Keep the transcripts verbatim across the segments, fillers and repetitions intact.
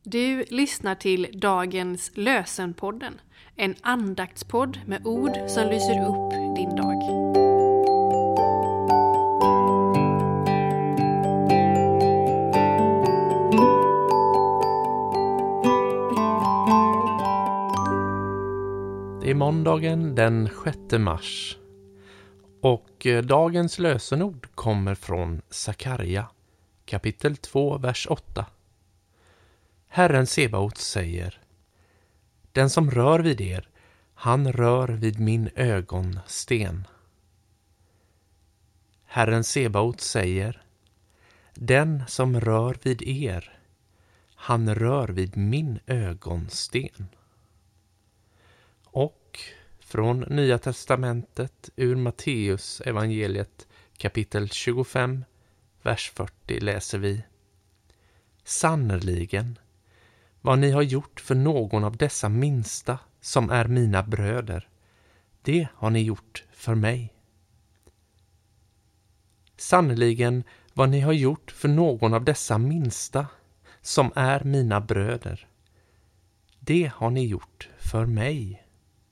Du lyssnar till dagens Lösenpodden, en andaktspodd med ord som lyser upp din dag. Det är måndagen den sjätte mars och dagens lösenord kommer från Sakarja, kapitel två, vers åtta. Herren Sebaot säger: Den som rör vid er, han rör vid min ögonsten. Herren Sebaot säger: Den som rör vid er, han rör vid min ögonsten. Och från Nya testamentet ur Matteus evangeliet kapitel tjugofem, vers fyrtio läser vi: Sannerligen, vad ni har gjort för någon av dessa minsta som är mina bröder, det har ni gjort för mig. Sannerligen, vad ni har gjort för någon av dessa minsta som är mina bröder, det har ni gjort för mig.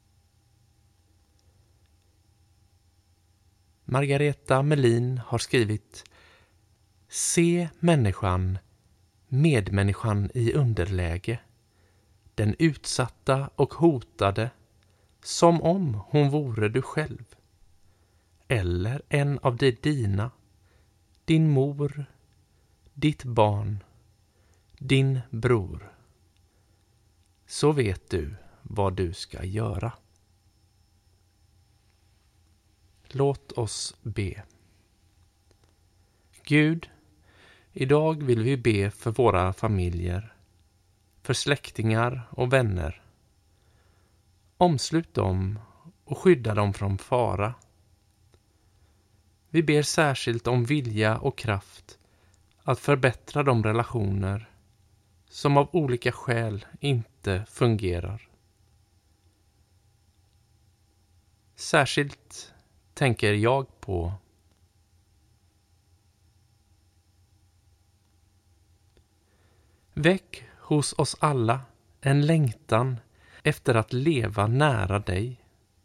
Margareta Melin har skrivit: Se människan, medmänniskan i underläge, den utsatta och hotade, som om hon vore du själv, eller en av de dina, din mor, ditt barn, din bror. Så vet du vad du ska göra. Låt oss be. Gud, idag vill vi be för våra familjer, för släktingar och vänner. Omslut dem och skydda dem från fara. Vi ber särskilt om vilja och kraft att förbättra de relationer som av olika skäl inte fungerar. Särskilt tänker jag på väck hos oss alla en längtan efter att leva nära dig.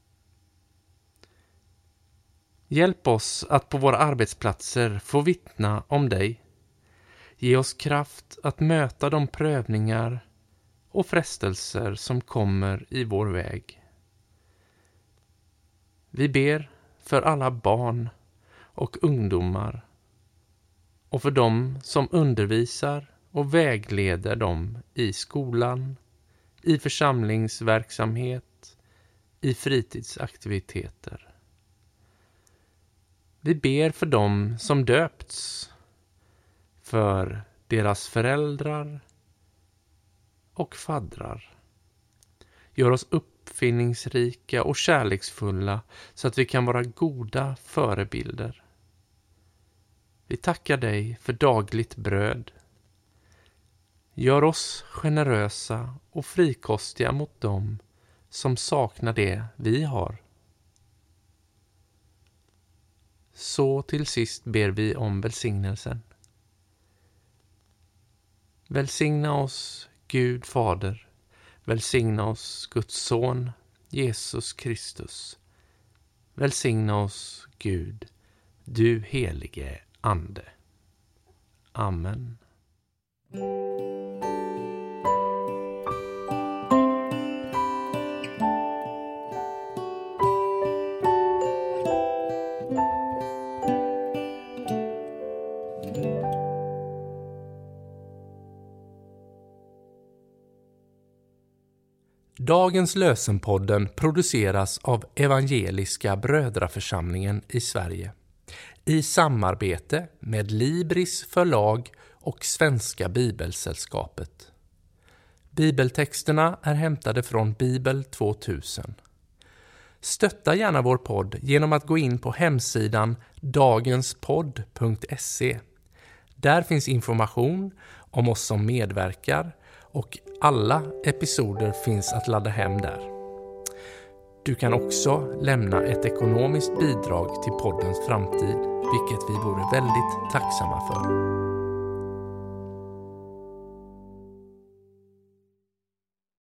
Hjälp oss att på våra arbetsplatser få vittna om dig. Ge oss kraft att möta de prövningar och frestelser som kommer i vår väg. Vi ber för alla barn och ungdomar och för dem som undervisar och vägleder dem i skolan, i församlingsverksamhet, i fritidsaktiviteter. Vi ber för dem som döpts, för deras föräldrar och faddrar. Gör oss uppfinningsrika och kärleksfulla så att vi kan vara goda förebilder. Vi tackar dig för dagligt bröd. Gör oss generösa och frikostiga mot dem som saknar det vi har. Så till sist ber vi om välsignelsen. Välsigna oss, Gud Fader. Välsigna oss, Guds son, Jesus Kristus. Välsigna oss, Gud, du helige Ande. Amen. Dagens Lösenpodden produceras av Evangeliska Brödraförsamlingen i Sverige i samarbete med Libris förlag och Svenska Bibelsällskapet. Bibeltexterna är hämtade från Bibel tvåtusen. Stötta gärna vår podd genom att gå in på hemsidan dagenspodd punkt se. Där finns information om oss som medverkar och alla episoder finns att ladda hem där. Du kan också lämna ett ekonomiskt bidrag till poddens framtid, vilket vi vore väldigt tacksamma för.